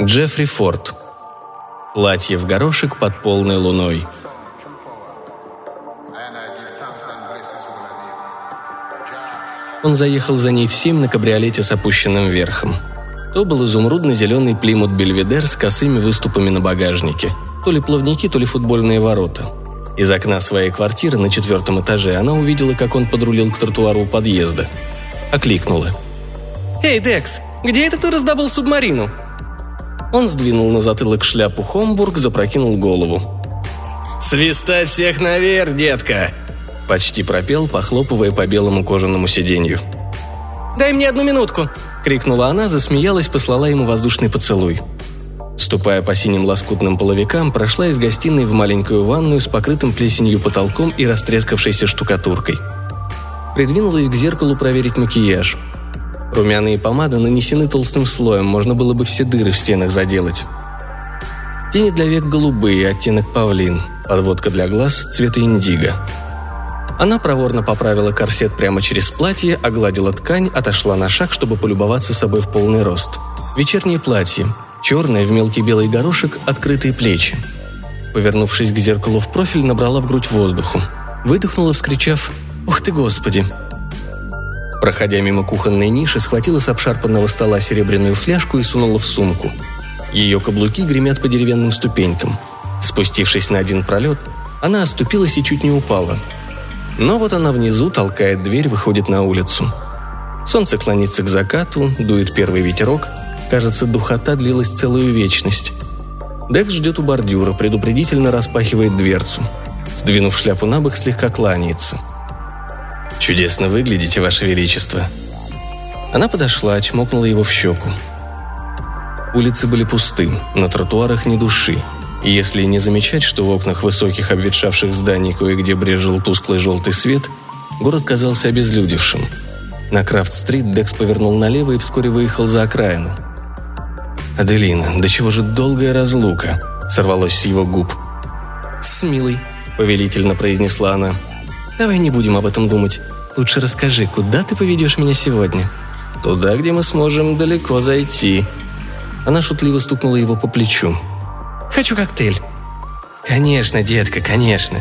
Джеффри Форд. Платье в горошек под полной луной. Он заехал за ней в 7 на кабриолете с опущенным верхом. То был изумрудно-зеленый Плимут Бельведер с косыми выступами на багажнике. То ли плавники, то ли футбольные ворота. Из окна своей квартиры на 4-м этаже она увидела, как он подрулил к тротуару у подъезда. Окликнула. «Эй, Декс, где это ты раздобыл субмарину?» Он сдвинул на затылок шляпу Хомбург, запрокинул голову. «Свистать всех наверх, детка!» Почти пропел, похлопывая по белому кожаному сиденью. «Дай мне 1 минутку!» — крикнула она, засмеялась, послала ему воздушный поцелуй. Ступая по синим лоскутным половикам, прошла из гостиной в маленькую ванную с покрытым плесенью потолком и растрескавшейся штукатуркой. Придвинулась к зеркалу проверить макияж. Румяна и помада нанесены толстым слоем, можно было бы все дыры в стенах заделать. Тени для век голубые, оттенок павлин, подводка для глаз цвета индиго. Она проворно поправила корсет прямо через платье, огладила ткань, отошла на шаг, чтобы полюбоваться собой в полный рост. Вечернее платье, черное в мелкий белый горошек, открытые плечи. Повернувшись к зеркалу в профиль, набрала в грудь воздуху. Выдохнула, вскричав «Ух ты, Господи!». Проходя мимо кухонной ниши, схватила с обшарпанного стола серебряную фляжку и сунула в сумку. Ее каблуки гремят по деревянным ступенькам. Спустившись на один пролет, она оступилась и чуть не упала. Но вот она внизу, толкает дверь, выходит на улицу. Солнце клонится к закату, дует первый ветерок. Кажется, духота длилась целую вечность. Декс ждет у бордюра, предупредительно распахивает дверцу. Сдвинув шляпу на бок, слегка кланяется. «Чудесно выглядите, Ваше Величество». Она подошла, чмокнула его в щеку. Улицы были пусты, на тротуарах ни души. И если не замечать, что в окнах высоких обветшавших зданий кое-где брезжил тусклый желтый свет, город казался обезлюдевшим. На Крафт-стрит Декс повернул налево и вскоре выехал за окраину. «Аделина, до чего же долгая разлука?» — сорвалось с его губ. «С милой», — повелительно произнесла она. «Давай не будем об этом думать. Лучше расскажи, куда ты поведешь меня сегодня?» «Туда, где мы сможем далеко зайти». Она шутливо стукнула его по плечу. «Хочу коктейль». «Конечно, детка, конечно.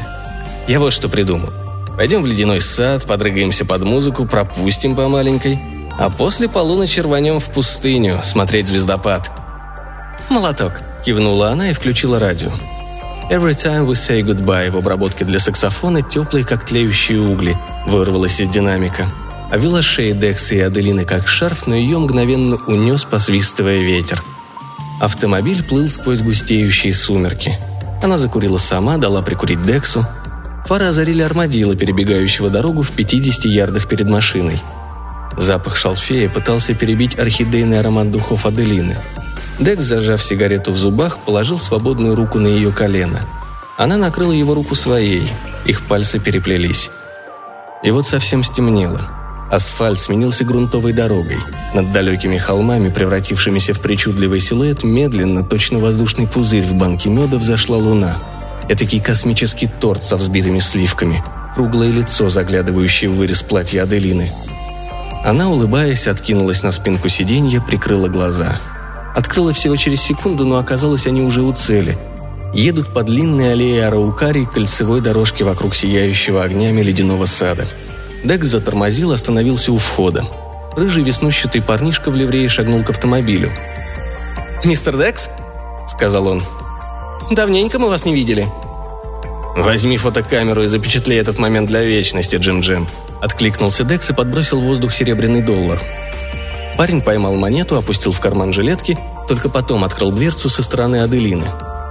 Я вот что придумал. Пойдем в ледяной сад, подрыгаемся под музыку, пропустим по маленькой, а после полуночи рванем в пустыню смотреть звездопад». «Молоток», — кивнула она и включила радио. «Every time we say goodbye» в обработке для саксофона теплые, как тлеющие угли, вырвалась из динамика. Обвела шеи Декса и Аделины как шарф, но ее мгновенно унес, посвистывая ветер. Автомобиль плыл сквозь густеющие сумерки. Она закурила сама, дала прикурить Дексу. Фары озарили армадилла, перебегающего дорогу в 50 ярдах перед машиной. Запах шалфея пытался перебить орхидейный аромат духов Аделины. Декс, зажав сигарету в зубах, положил свободную руку на ее колено. Она накрыла его руку своей, их пальцы переплелись. И вот совсем стемнело. Асфальт сменился грунтовой дорогой. Над далекими холмами, превратившимися в причудливый силуэт, медленно, точно воздушный пузырь в банке меда, взошла луна. Этакий космический торт со взбитыми сливками, круглое лицо, заглядывающее в вырез платья Аделины. Она, улыбаясь, откинулась на спинку сиденья, прикрыла глаза. Открыла всего через секунду, но оказалось, они уже у цели. Едут по длинной аллее Араукари к кольцевой дорожке вокруг сияющего огнями ледяного сада. Декс затормозил, остановился у входа. Рыжий веснущатый парнишка в ливрее шагнул к автомобилю. «Мистер Декс?» — сказал он. «Давненько мы вас не видели». «Возьми фотокамеру и запечатли этот момент для вечности, Джим-Джим», — откликнулся Декс и подбросил в воздух серебряный доллар. Парень поймал монету, опустил в карман жилетки, только потом открыл дверцу со стороны Аделины.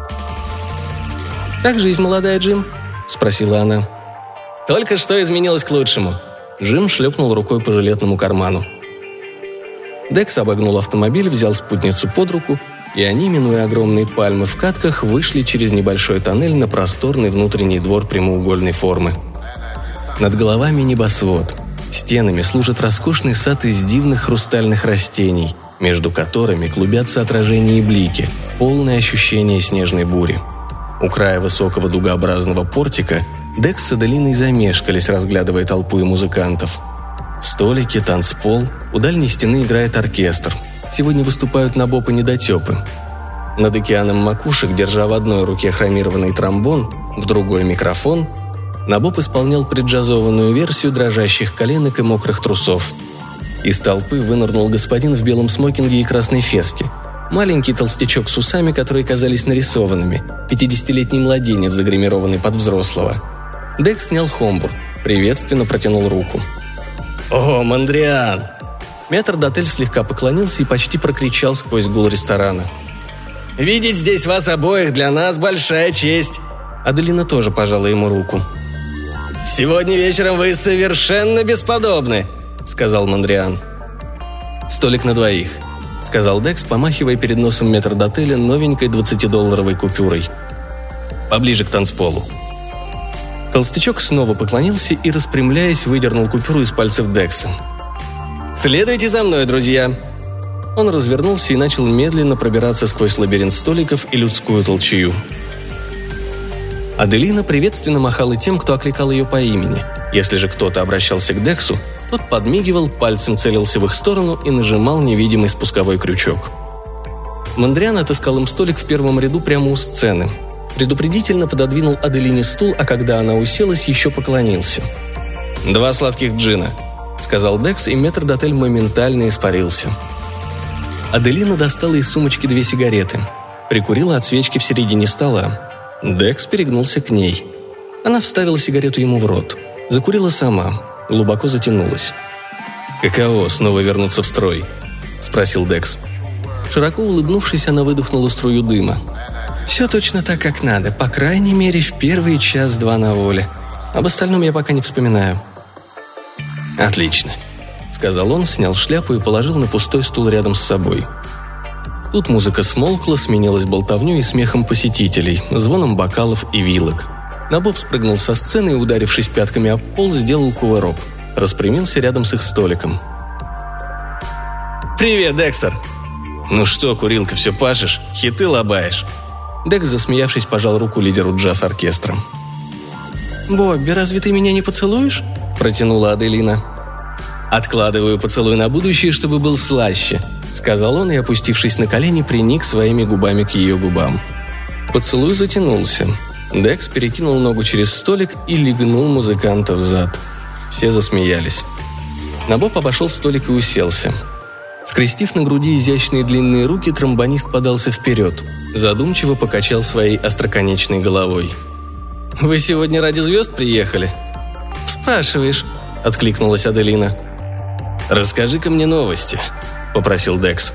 «Как жизнь, молодая Джим?» — спросила она. «Только что изменилось к лучшему». Джим шлепнул рукой по жилетному карману. Декс обогнул автомобиль, взял спутницу под руку, и они, минуя огромные пальмы в катках, вышли через небольшой тоннель на просторный внутренний двор прямоугольной формы. Над головами небосвод. Стенами служит роскошный сад из дивных хрустальных растений, между которыми клубятся отражения и блики, полное ощущение снежной бури. У края высокого дугообразного портика Декс с Аделиной замешкались, разглядывая толпу и музыкантов. Столики, танцпол, у дальней стены играет оркестр. Сегодня выступают набопы-недотепы. Над океаном макушек, держа в одной руке хромированный тромбон, в другой микрофон, Набоб исполнял преджазованную версию дрожащих коленок и мокрых трусов. Из толпы вынырнул господин в белом смокинге и красной феске. Маленький толстячок с усами, которые казались нарисованными, 50-летний младенец, загримированный под взрослого. Декс снял хомбур, приветственно протянул руку. «О, Мондриан!» Метрдотель слегка поклонился и почти прокричал сквозь гул ресторана. «Видеть здесь вас обоих для нас большая честь!» Аделина тоже пожала ему руку. «Сегодня вечером вы совершенно бесподобны!» — сказал Мондриан. «Столик на двоих», — сказал Декс, помахивая перед носом метрдотеля новенькой 20-долларовой купюрой. «Поближе к танцполу». Толстячок снова поклонился и, распрямляясь, выдернул купюру из пальцев Декса. «Следуйте за мной, друзья!» Он развернулся и начал медленно пробираться сквозь лабиринт столиков и людскую толчею. Аделина приветственно махала тем, кто окликал ее по имени. Если же кто-то обращался к Дексу, тот подмигивал, пальцем целился в их сторону и нажимал невидимый спусковой крючок. Мондриан отыскал им столик в первом ряду прямо у сцены. Предупредительно пододвинул Аделине стул, а когда она уселась, еще поклонился. «2 сладких джина», — сказал Декс, и метрдотель моментально испарился. Аделина достала из сумочки 2 сигареты. Прикурила от свечки в середине стола. Декс перегнулся к ней. Она вставила сигарету ему в рот. Закурила сама. Глубоко затянулась. «Каково снова вернуться в строй?» – спросил Декс. Широко улыбнувшись, она выдохнула струю дыма. «Все точно так, как надо. По крайней мере, в первый час-два на воле. Об остальном я пока не вспоминаю». «Отлично», — сказал он, снял шляпу и положил на пустой стул рядом с собой. Тут музыка смолкла, сменилась болтовнёй и смехом посетителей, звоном бокалов и вилок. Набоб спрыгнул со сцены и, ударившись пятками об пол, сделал кувырок. Распрямился рядом с их столиком. «Привет, Декстер!» «Ну что, курилка, все пашешь? Хиты лобаешь?» Декс, засмеявшись, пожал руку лидеру джаз-оркестра. «Бобби, разве ты меня не поцелуешь?» – протянула Аделина. «Откладываю поцелуй на будущее, чтобы был слаще», – сказал он и, опустившись на колени, приник своими губами к ее губам. Поцелуй затянулся. Декс перекинул ногу через столик и легнул музыканта в зад. Все засмеялись. Набоб обошел столик и уселся. Скрестив на груди изящные длинные руки, тромбонист подался вперед. Задумчиво покачал своей остроконечной головой. «Вы сегодня ради звезд приехали?» «Спрашиваешь», — откликнулась Аделина. «Расскажи-ка мне новости», — попросил Декс.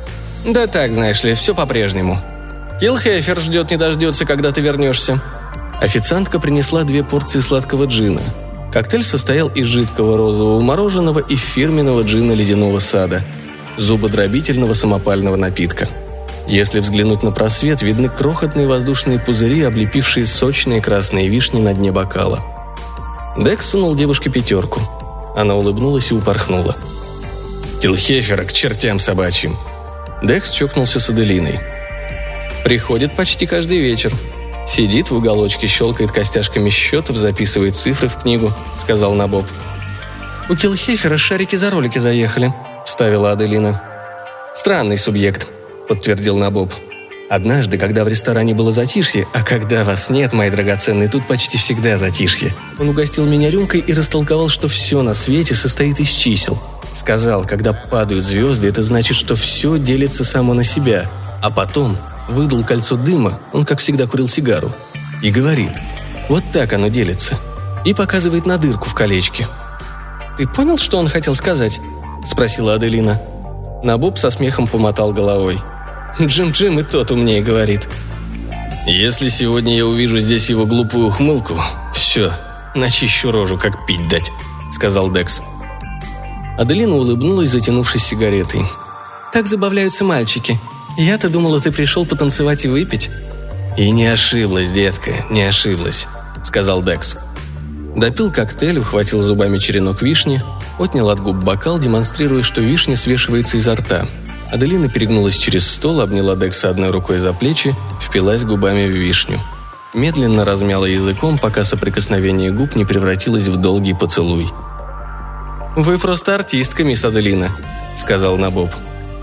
«Да так, знаешь ли, все по-прежнему. Киллхефер ждет не дождется, когда ты вернешься». Официантка принесла 2 порции сладкого джина. Коктейль состоял из жидкого розового мороженого и фирменного джина ледяного сада, зубодробительного самопального напитка. Если взглянуть на просвет, видны крохотные воздушные пузыри, облепившие сочные красные вишни на дне бокала. Декс сунул девушке 5. Она улыбнулась и упорхнула. «Киллхефера к чертям собачьим!» Декс чокнулся с Аделиной. «Приходит почти каждый вечер. Сидит в уголочке, щелкает костяшками счетов, записывает цифры в книгу», — сказал Набоб. «У Киллхефера шарики за ролики заехали», — вставила Аделина. «Странный субъект», — подтвердил Набоб. «Однажды, когда в ресторане было затишье, а когда вас нет, мои драгоценные, тут почти всегда затишье, он угостил меня рюмкой и растолковал, что все на свете состоит из чисел. Сказал, когда падают звезды, это значит, что все делится само на себя. А потом выдул кольцо дыма, он, как всегда, курил сигару, и говорит: вот так оно делится. И показывает на дырку в колечке». «Ты понял, что он хотел сказать?» – спросила Аделина. Набоб со смехом помотал головой. «Джим-Джим и тот умнее говорит». «Если сегодня я увижу здесь его глупую ухмылку, все, начищу рожу, как пить дать», – сказал Декс. Аделина улыбнулась, затянувшись сигаретой. «Так забавляются мальчики. Я-то думала, ты пришел потанцевать и выпить». «И не ошиблась, детка, не ошиблась», — сказал Декс. Допил коктейль, ухватил зубами черенок вишни, отнял от губ бокал, демонстрируя, что вишня свешивается изо рта. Аделина перегнулась через стол, обняла Декса одной рукой за плечи, впилась губами в вишню. Медленно размяла языком, пока соприкосновение губ не превратилось в долгий поцелуй. «Вы просто артистка, мисс Аделина», — сказал Набоб.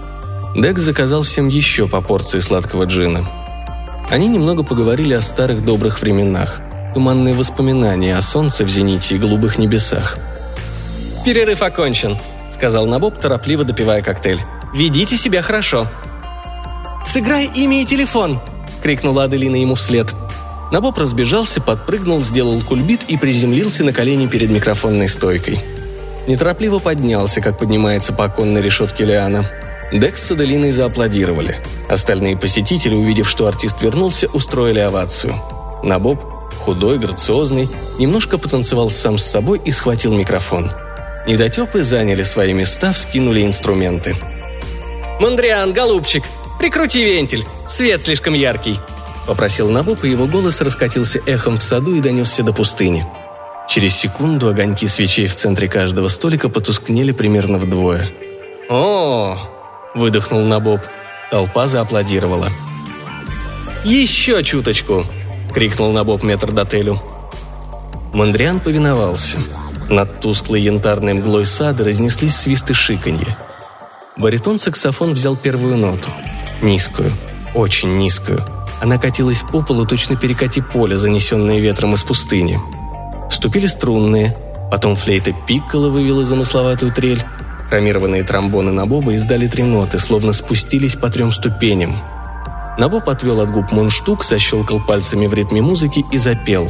Декс заказал всем еще по порции сладкого джина. Они немного поговорили о старых добрых временах, туманные воспоминания о солнце в зените и голубых небесах. «Перерыв окончен», — сказал Набоб, торопливо допивая коктейль. «Ведите себя хорошо». «Сыграй имя и телефон!» — крикнула Аделина ему вслед. Набоб разбежался, подпрыгнул, сделал кульбит и приземлился на колени перед микрофонной стойкой. Неторопливо поднялся, как поднимается по оконной решетке лиана. Декс с Аделиной зааплодировали. Остальные посетители, увидев, что артист вернулся, устроили овацию. Набоб, худой, грациозный, немножко потанцевал сам с собой и схватил микрофон. Недотепы заняли свои места, вскинули инструменты. «Мондриан, голубчик, прикрути вентиль, свет слишком яркий», — попросил Набоб, и его голос раскатился эхом в саду и донесся до пустыни. Через секунду огоньки свечей в центре каждого столика потускнели примерно вдвое. «О!» — выдохнул Набоб. Толпа зааплодировала. «Еще чуточку!» — крикнул Набоб метрдотелю. Мондриан повиновался. Над тусклой янтарной мглой сада разнеслись свисты шиканья. Баритон-саксофон взял первую ноту. Низкую, очень низкую. Она катилась по полу, точно перекати поле, занесенное ветром из пустыни. Вступили струнные, потом флейта пикколо вывела замысловатую трель. Хромированные тромбоны Набоба издали 3 ноты, словно спустились по 3 ступеням. Набоб отвел от губ мундштук, защелкал пальцами в ритме музыки и запел.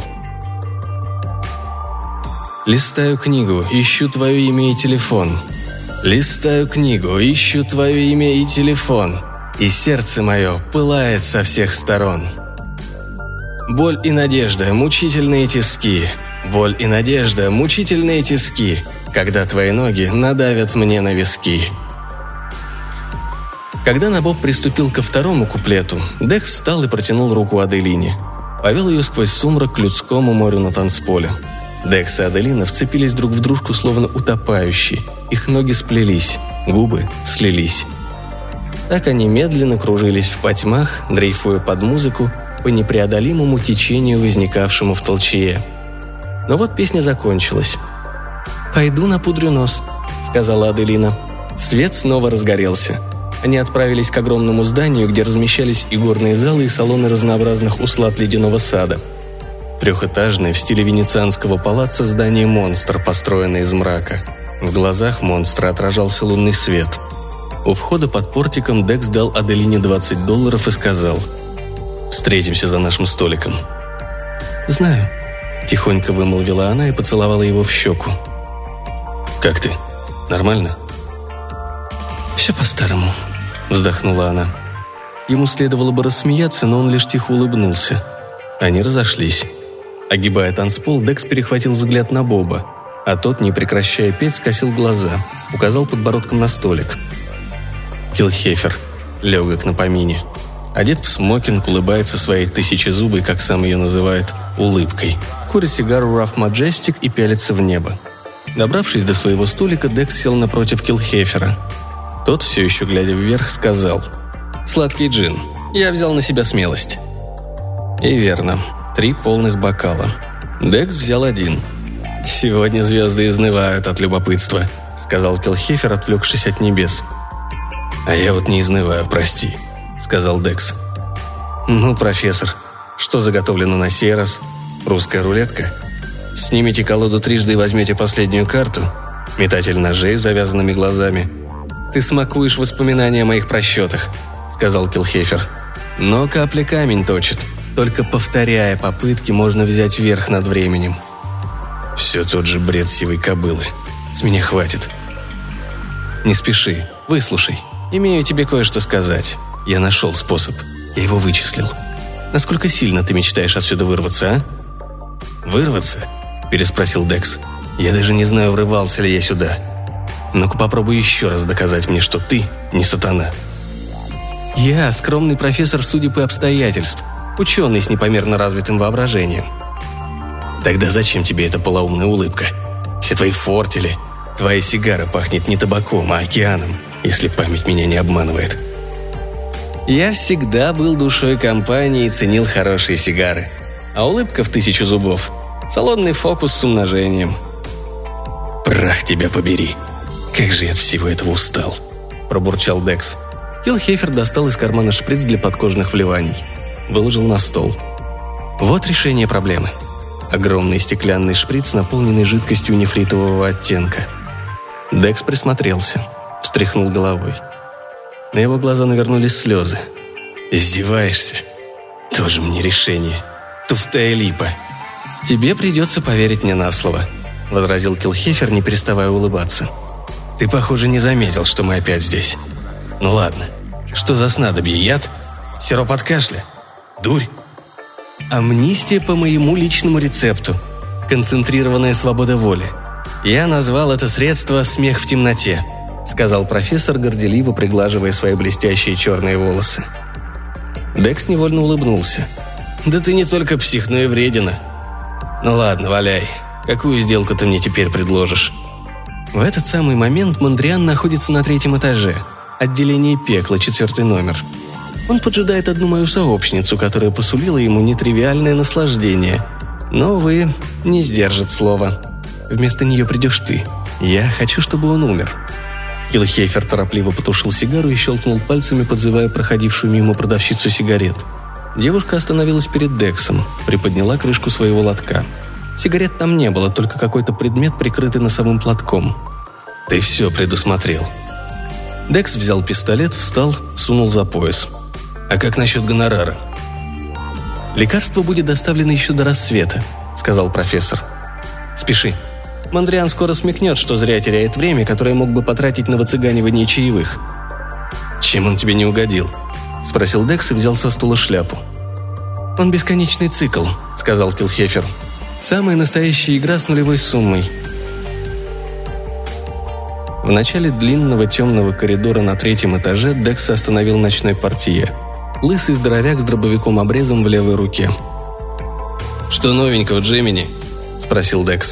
«Листаю книгу, ищу твое имя и телефон. Листаю книгу, ищу твое имя и телефон. И сердце мое пылает со всех сторон. Боль и надежда, мучительные тиски. Боль и надежда, мучительные тиски. Когда твои ноги надавят мне на виски». Когда Набоб приступил ко второму куплету, Декс встал и протянул руку Аделине. Повел ее сквозь сумрак к людскому морю на танцполе. Декс и Аделина вцепились друг в дружку, словно утопающие. Их ноги сплелись, губы слились. Так они медленно кружились в потьмах, дрейфуя под музыку по непреодолимому течению, возникавшему в толчее. Но вот песня закончилась. «Пойду напудрю нос», — сказала Аделина. Свет снова разгорелся. Они отправились к огромному зданию, где размещались и горные залы, и салоны разнообразных услад ледяного сада. Трехэтажное в стиле венецианского палаца здание «Монстр», построенное из мрака. В глазах монстра отражался лунный свет. У входа под портиком Декс дал Аделине $20 и сказал: «Встретимся за нашим столиком». «Знаю», — тихонько вымолвила она и поцеловала его в щеку. «Как ты? Нормально?» «Все по-старому», — вздохнула она. Ему следовало бы рассмеяться, но он лишь тихо улыбнулся. Они разошлись. Огибая танцпол, Декс перехватил взгляд на Боба, а тот, не прекращая петь, скосил глаза, указал подбородком на столик. Киллхефер, легок на помине. Одет в смокинг, улыбается своей тысячезубой, как сам ее называет, улыбкой. Курит сигару Rough Majestic и пялится в небо. Добравшись до своего столика, Декс сел напротив Киллхефера. Тот, все еще глядя вверх, сказал: «Сладкий джин. Я взял на себя смелость». И верно. 3 полных бокала. Декс взял 1. «Сегодня звезды изнывают от любопытства», — сказал Киллхефер, отвлекшись от небес. «А я вот не изнываю, прости», — сказал Декс. «Ну, профессор, что заготовлено на сей раз? Русская рулетка? Снимите колоду трижды и возьмете последнюю карту? Метатель ножей с завязанными глазами?» «Ты смакуешь воспоминания о моих просчетах», — сказал Киллхефер. «Но капля камень точит. Только повторяя попытки, можно взять верх над временем». «Все тот же бред сивой кобылы. С меня хватит». «Не спеши, выслушай. Имею тебе кое-что сказать. Я нашел способ. Я его вычислил. Насколько сильно ты мечтаешь отсюда вырваться, а?» «Вырваться?» – переспросил Декс. «Я даже не знаю, врывался ли я сюда. Ну-ка попробуй еще раз доказать мне, что ты не сатана». «Я скромный профессор судеб и обстоятельств, ученый с непомерно развитым воображением». «Тогда зачем тебе эта полоумная улыбка? Все твои фортели, твоя сигара пахнет не табаком, а океаном, если память меня не обманывает». «Я всегда был душой компании и ценил хорошие сигары. А улыбка в 1000 зубов – салонный фокус с умножением». «Прах тебя побери! Как же я от всего этого устал!» – пробурчал Декс. Киллхейфер достал из кармана шприц для подкожных вливаний. Выложил на стол. Вот решение проблемы. Огромный стеклянный шприц, наполненный жидкостью нефритового оттенка. Декс присмотрелся, встряхнул головой. На его глаза навернулись слезы. «Издеваешься? Тоже мне решение. Туфта и липа». «Тебе придется поверить мне на слово», — возразил Киллхейфер, не переставая улыбаться. «Ты, похоже, не заметил, что мы опять здесь. Ну ладно, что за снадобье, яд? Сироп от кашля? Дурь?» «Амнистия по моему личному рецепту. Концентрированная свобода воли. Я назвал это средство «смех в темноте», — сказал профессор, горделиво приглаживая свои блестящие черные волосы. Декс невольно улыбнулся. «Да ты не только псих, но и вредина. Ну ладно, валяй. Какую сделку ты мне теперь предложишь?» В этот самый момент Мондриан находится на 3-м этаже. Отделение пекла, 4-й номер. Он поджидает одну мою сообщницу, которая посулила ему нетривиальное наслаждение. Но, увы, не сдержит слова. Вместо нее придешь ты. Я хочу, чтобы он умер. Киллхейфер торопливо потушил сигару и щелкнул пальцами, подзывая проходившую мимо продавщицу сигарет. Девушка остановилась перед Дексом, приподняла крышку своего лотка. Сигарет там не было, только какой-то предмет, прикрытый носовым платком. «Ты все предусмотрел». Декс взял пистолет, встал, сунул за пояс. «А как насчет гонорара?» «Лекарство будет доставлено еще до рассвета», — сказал профессор. «Спеши. Мондриан скоро смекнет, что зря теряет время, которое мог бы потратить на выцыганивание чаевых». «Чем он тебе не угодил?» — спросил Декс и взял со стула шляпу. «Он бесконечный цикл», — сказал Киллхейфер. «Самая настоящая игра с нулевой суммой». В начале длинного темного коридора на 3-м этаже Декса остановил ночной портье. Лысый здоровяк с дробовиком-обрезом в левой руке. «Что новенького, Джемини?» – спросил Декс.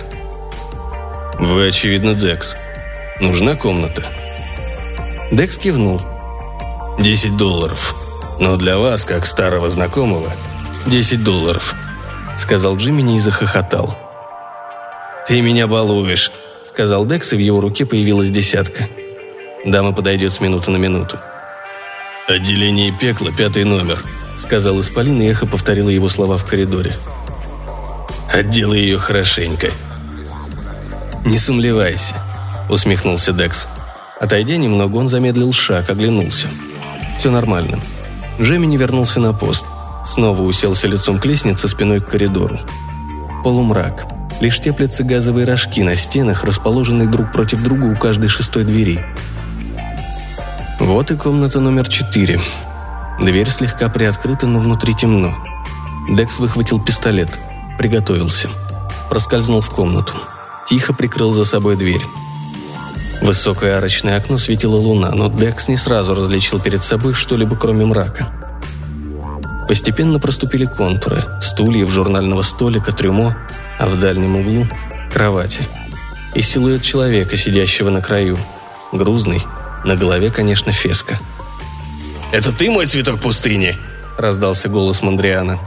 «Вы, очевидно, Декс. Нужна комната?» Декс кивнул. $10. Но для вас, как старого знакомого, $10, сказал Джимини и захохотал. «Ты меня балуешь», — сказал Декс, и в его руке появилась десятка. Дама подойдет с минуты на минуту. «Отделение пекла, 5-й номер», — сказал Исполин, и эхо повторило его слова в коридоре. «Отделай ее хорошенько». «Не сумлевайся», — усмехнулся Декс. Отойдя немного, он замедлил шаг, оглянулся. Все нормально. Джемини вернулся на пост. Снова уселся лицом к лестнице, спиной к коридору. Полумрак. Лишь теплятся газовые рожки на стенах, расположенные друг против друга у каждой 6-й двери. Вот и комната номер 4. Дверь слегка приоткрыта, но внутри темно. Декс выхватил пистолет. Приготовился. Проскользнул в комнату. Тихо прикрыл за собой дверь. В высокое арочное окно светила луна, но Декс не сразу различил перед собой что-либо, кроме мрака. Постепенно проступили контуры, стульев, журнального столика, трюмо, а в дальнем углу – кровати. И силуэт человека, сидящего на краю. Грузный, на голове, конечно, феска. «Это ты, мой цветок пустыни?» – раздался голос Мондриана.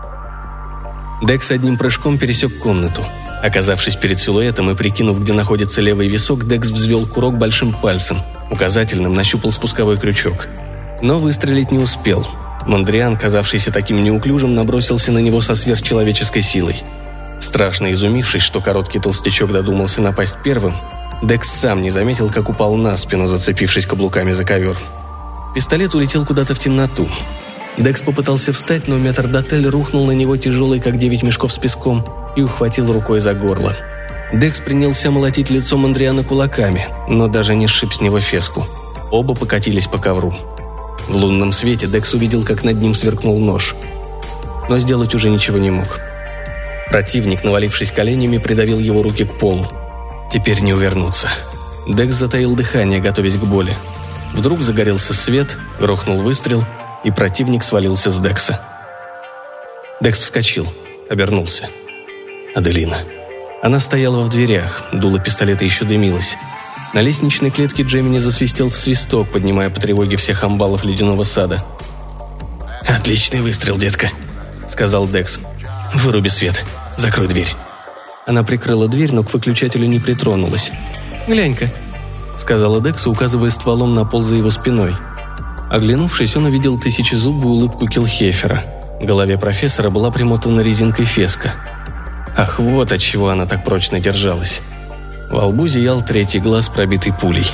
Декс одним прыжком пересек комнату. Оказавшись перед силуэтом и прикинув, где находится левый висок, Декс взвел курок большим пальцем, указательным нащупал спусковой крючок. Но выстрелить не успел. Мондриан, казавшийся таким неуклюжим, набросился на него со сверхчеловеческой силой. Страшно изумившись, что короткий толстячок додумался напасть первым, Декс сам не заметил, как упал на спину, зацепившись каблуками за ковер. Пистолет улетел куда-то в темноту. Декс попытался встать, но метрдотель рухнул на него тяжелый, как 9 мешков с песком, и ухватил рукой за горло. Декс принялся молотить лицо Мондриана кулаками, но даже не сшиб с него феску. Оба покатились по ковру. В лунном свете Декс увидел, как над ним сверкнул нож. Но сделать уже ничего не мог. Противник, навалившись коленями, придавил его руки к полу. Теперь не увернуться. Декс затаил дыхание, готовясь к боли. Вдруг загорелся свет, грохнул выстрел, и противник свалился с Декса. Декс вскочил, обернулся. Аделина. Она стояла в дверях, дуло пистолета еще дымилось. На лестничной клетке Джемини засвистел в свисток, поднимая по тревоге всех амбалов ледяного сада. «Отличный выстрел, детка», — сказал Декс. «Выруби свет, закрой дверь». Она прикрыла дверь, но к выключателю не притронулась. «Глянь-ка», — сказала Декс, указывая стволом на пол за его спиной. Оглянувшись, он увидел тысячезубую улыбку Килхефера. К голове профессора была примотана резинкой феска. Ах, вот от чего она так прочно держалась. Во лбу зиял третий глаз, пробитый пулей.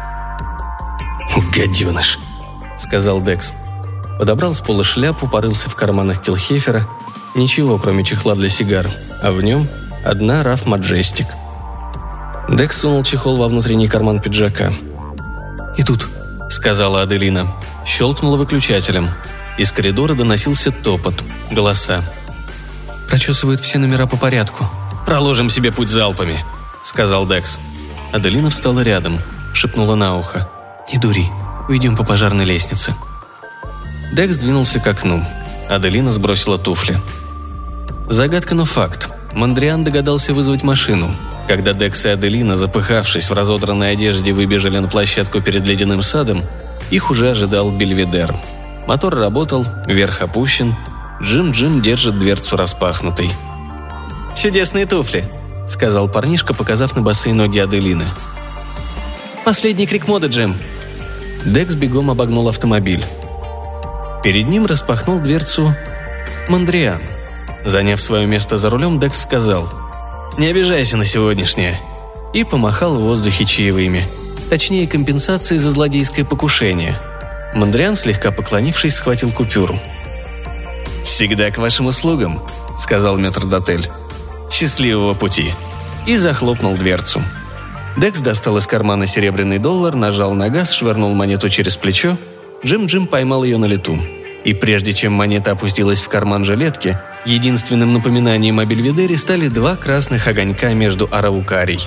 «Гаденыш», — сказал Декс. Подобрал с пола шляпу, порылся в карманах Килхефера. Ничего, кроме чехла для сигар, а в нем одна RAF Majestic. Декс сунул чехол во внутренний карман пиджака. «Идут», — сказала Аделина. Щелкнула выключателем. Из коридора доносился топот, голоса. «Прочесывают все номера по порядку». «Проложим себе путь залпами», — сказал Декс. Аделина встала рядом, шепнула на ухо. «Не дури, уйдем по пожарной лестнице». Декс двинулся к окну. Аделина сбросила туфли. Загадка, но факт. Мондриан догадался вызвать машину. Когда Декс и Аделина, запыхавшись в разодранной одежде, выбежали на площадку перед ледяным садом, их уже ожидал Бельведер. Мотор работал, верх опущен. Джим держит дверцу распахнутой. «Чудесные туфли», — сказал парнишка, показав на босые ноги Аделины. «Последний крик моды, Джим». Декс бегом обогнул автомобиль. Перед ним распахнул дверцу Мондриан. Заняв свое место за рулем, Декс сказал: «Не обижайся на сегодняшнее», и помахал в воздухе чаевыми. Точнее, компенсацией за злодейское покушение. Мондриан, слегка поклонившись, схватил купюру. «Всегда к вашим услугам», — сказал метрдотель. «Счастливого пути», и захлопнул дверцу. Декс достал из кармана серебряный доллар, нажал на газ, швырнул монету через плечо. Джим поймал ее на лету. И прежде чем монета опустилась в карман жилетки, единственным напоминанием о Бельведере стали два красных огонька между араукарий.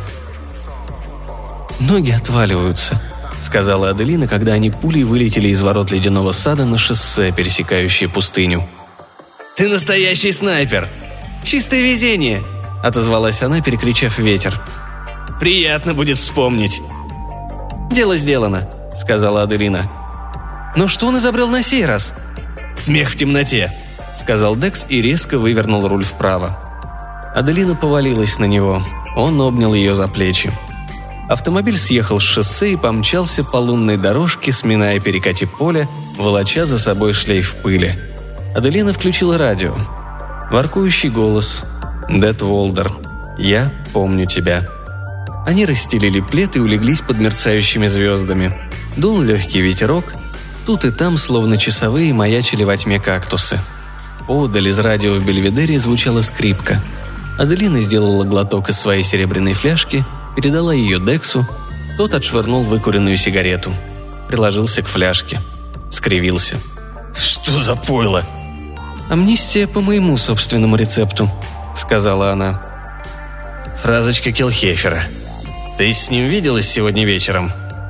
«Ноги отваливаются», — сказала Аделина, когда они пулей вылетели из ворот ледяного сада на шоссе, пересекающее пустыню. «Ты настоящий снайпер! Чистое везение!» — отозвалась она, перекричав ветер. «Приятно будет вспомнить!» «Дело сделано», — сказала Аделина. «Но что он изобрел на сей раз?» «Смех в темноте», — сказал Декс и резко вывернул руль вправо. Аделина повалилась на него. Он обнял ее за плечи. Автомобиль съехал с шоссе и помчался по лунной дорожке, сминая перекати поля, волоча за собой шлейф пыли. Аделина включила радио. Воркующий голос. Дэд Волдер. «Я помню тебя». Они расстелили плед и улеглись под мерцающими звездами. Дул легкий ветерок. Тут и там, словно часовые, маячили во тьме кактусы. Поодаль из радио в Бельведере звучала скрипка. Аделина сделала глоток из своей серебряной фляжки, передала ее Дексу. Тот отшвырнул выкуренную сигарету. Приложился к фляжке. Скривился. «Что за пойло?» «Амнистия по моему собственному рецепту», — сказала она. «Фразочка Килхефера. Ты с ним виделась сегодня вечером?»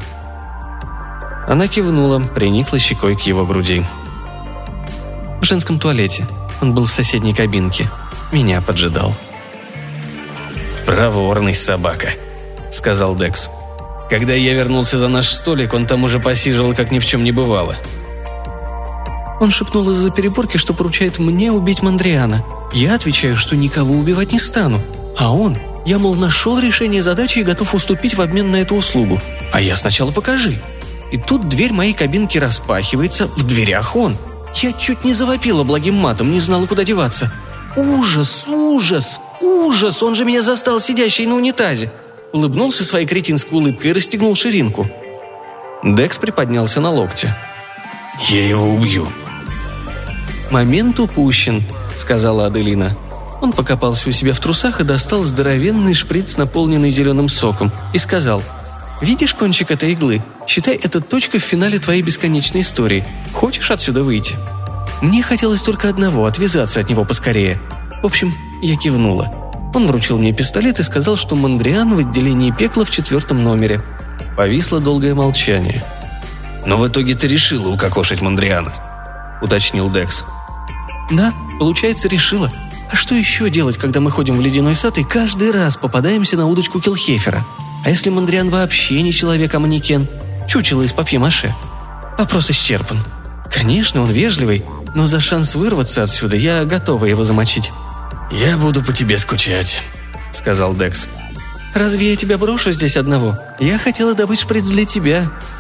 Она кивнула, приникла щекой к его груди. «В женском туалете. Он был в соседней кабинке. Меня поджидал». «Проворный собака», — сказал Декс. «Когда я вернулся за наш столик, он там уже посиживал, как ни в чем не бывало». Он шепнул из-за переборки, что поручает мне убить Мондриана. Я отвечаю, что никого убивать не стану. А он, я, мол, нашел решение задачи и готов уступить в обмен на эту услугу. А я сначала покажи. И тут дверь моей кабинки распахивается, в дверях он. Я чуть не завопила благим матом, не знала, куда деваться. Ужас, ужас, ужас, он же меня застал сидящей на унитазе. Улыбнулся своей кретинской улыбкой и расстегнул ширинку. Декс приподнялся на локте. «Я его убью». «Момент упущен», — сказала Аделина. Он покопался у себя в трусах и достал здоровенный шприц, наполненный зеленым соком, и сказал: «Видишь кончик этой иглы? Считай, это точка в финале твоей бесконечной истории. Хочешь отсюда выйти?» Мне хотелось только одного — отвязаться от него поскорее. В общем, я кивнула. Он вручил мне пистолет и сказал, что Мондриан в отделении пекла в 4 номере. Повисло долгое молчание. «Но в итоге ты решила укокошить Мондриана», — уточнил Декс. «Да, получается, решила. А что еще делать, когда мы ходим в ледяной сад и каждый раз попадаемся на удочку Килхефера? А если Мондриан вообще не человек, а манекен? Чучело из папье-маше?» Вопрос исчерпан. Конечно, он вежливый, но за шанс вырваться отсюда я готова его замочить. «Я буду по тебе скучать», — сказал Декс. «Разве я тебя брошу здесь одного? Я хотела добыть шприц для тебя».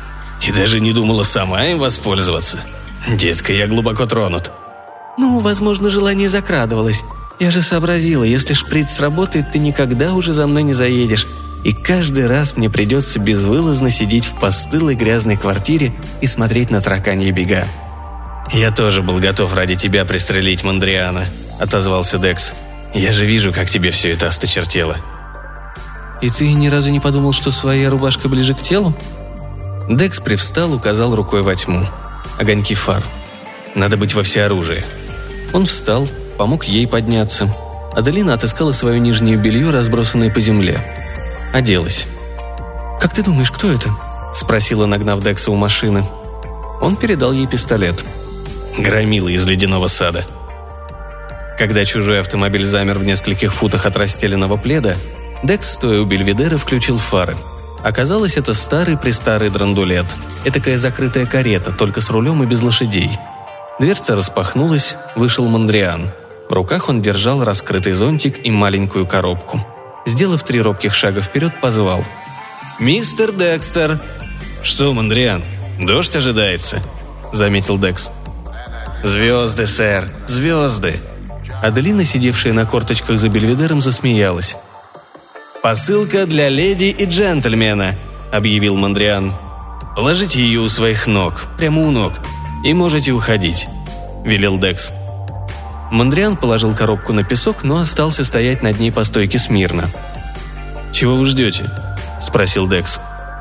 И даже не думала сама им воспользоваться. Детка, я глубоко тронут». «Ну, возможно, желание закрадывалось. Я же сообразила, если шприц сработает, ты никогда уже за мной не заедешь. И каждый раз мне придется безвылазно сидеть в постылой грязной квартире и смотреть на тараканьи бега». «Я тоже был готов ради тебя пристрелить Мондриана», — отозвался Декс. «Я же вижу, как тебе все это осточертело». «И ты ни разу не подумал, что своя рубашка ближе к телу?» Декс привстал, указал рукой во тьму. Огоньки фар. «Надо быть во всеоружии». Он встал, помог ей подняться. Аделина отыскала свое нижнее белье, разбросанное по земле. Оделась. «Как ты думаешь, кто это?» – спросила, нагнав Декса у машины. Он передал ей пистолет. Громила из ледяного сада. Когда чужой автомобиль замер в нескольких футах от расстеленного пледа, Декс, стоя у Бельведера, включил фары. Оказалось, это старый-престарый драндулет. Этакая закрытая карета, только с рулем и без лошадей. Дверца распахнулась, вышел Мондриан. В руках он держал раскрытый зонтик и маленькую коробку. Сделав 3 робких шага вперед, позвал. «Мистер Декстер!» «Что, Мондриан, дождь ожидается?» – заметил Декс. «Звезды, сэр, звезды!» Аделина, сидевшая на корточках за Бельведером, засмеялась. «Посылка для леди и джентльмена», – объявил Мондриан. «Положите ее у своих ног, прямо у ног, и можете уходить», – велел Декс. Мондриан положил коробку на песок, но остался стоять над ней по стойке смирно. «Чего вы ждете?» – спросил Декс.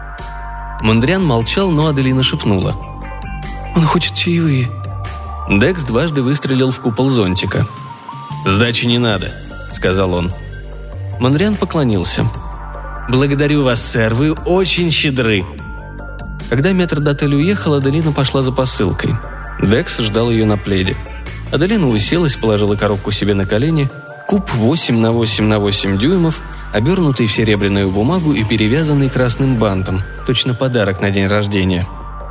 Мондриан молчал, но Аделина шепнула. «Он хочет чаевые». Декс дважды выстрелил в купол зонтика. «Сдачи не надо», – сказал он. Мондриан поклонился. «Благодарю вас, сэр, вы очень щедры». Когда метрдотель уехал, Аделина пошла за посылкой. Декс ждал ее на пледе. Аделина уселась, положила коробку себе на колени, куб 8 на 8 на 8 дюймов, обернутый в серебряную бумагу и перевязанный красным бантом, точно подарок на день рождения.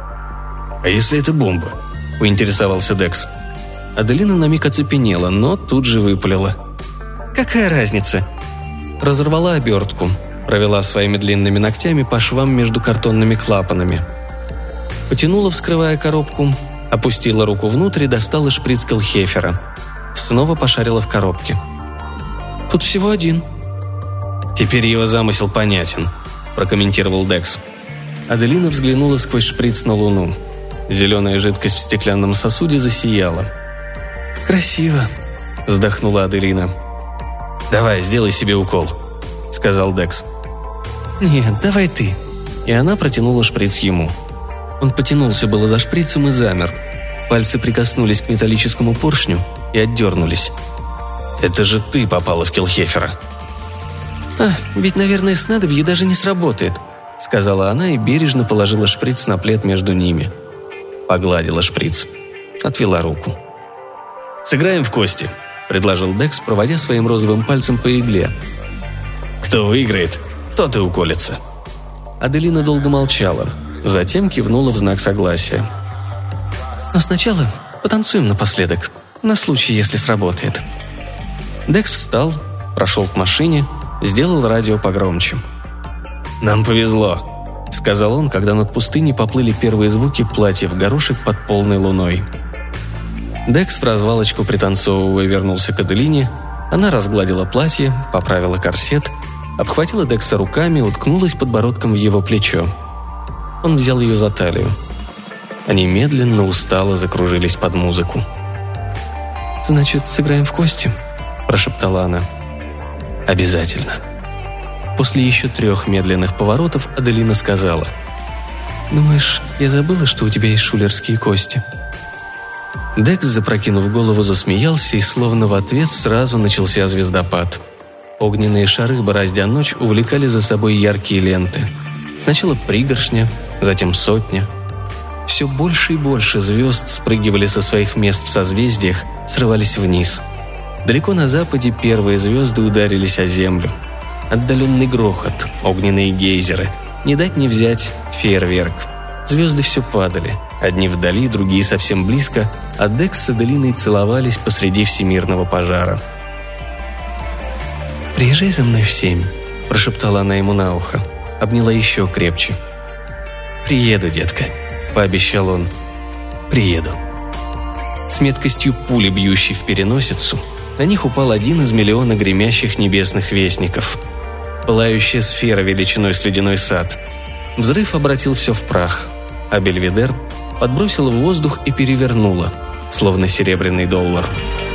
«А если это бомба?» – поинтересовался Декс. Аделина на миг оцепенела, но тут же выпалила. «Какая разница?» Разорвала обертку, провела своими длинными ногтями по швам между картонными клапанами. Потянула, вскрывая коробку, опустила руку внутрь и достала шприц Килхефера. Снова пошарила в коробке. «Тут всего один». «Теперь его замысел понятен», – прокомментировал Декс. Аделина взглянула сквозь шприц на луну. Зеленая жидкость в стеклянном сосуде засияла. «Красиво», – вздохнула Аделина. «Давай, сделай себе укол», – сказал Декс. «Нет, давай ты». И она протянула шприц ему. Он потянулся было за шприцем и замер. Пальцы прикоснулись к металлическому поршню и отдернулись. «Это же ты попала в Килхефера». Ведь, наверное, снадобье даже не сработает», – сказала она и бережно положила шприц на плед между ними. Погладила шприц. Отвела руку. «Сыграем в кости», – предложил Декс, проводя своим розовым пальцем по игле. «Кто выиграет, тот и уколется». Аделина долго молчала, затем кивнула в знак согласия. «Но сначала потанцуем напоследок, на случай, если сработает». Декс встал, прошел к машине, сделал радио погромче. «Нам повезло», — сказал он, когда над пустыней поплыли первые звуки платьев горошек под полной луной. Декс в развалочку пританцовывая вернулся к Аделине. Она разгладила платье, поправила корсет, обхватила Декса руками, уткнулась подбородком в его плечо. Он взял ее за талию. Они медленно, устало закружились под музыку. «Значит, сыграем в кости?» – прошептала она. «Обязательно». После еще 3 медленных поворотов Аделина сказала. «Думаешь, я забыла, что у тебя есть шулерские кости?» Декс, запрокинув голову, засмеялся, и словно в ответ сразу начался звездопад. Огненные шары, бороздя ночь, увлекали за собой яркие ленты. Сначала пригоршня, затем сотня. Все больше и больше звезд спрыгивали со своих мест в созвездиях, срывались вниз. Далеко на западе первые звезды ударились о землю. Отдаленный грохот, огненные гейзеры, не дать не взять фейерверк. Звезды все падали, одни вдали, другие совсем близко, а Декс с Аделиной целовались посреди всемирного пожара. «Приезжай за мной в 7», – прошептала она ему на ухо, обняла еще крепче. «Приеду, детка», – пообещал он. «Приеду». С меткостью пули, бьющей в переносицу, на них упал один из миллиона гремящих небесных вестников. Пылающая сфера величиной с ледяной сад. Взрыв обратил все в прах, а Бельведер подбросила в воздух и перевернула, словно серебряный доллар.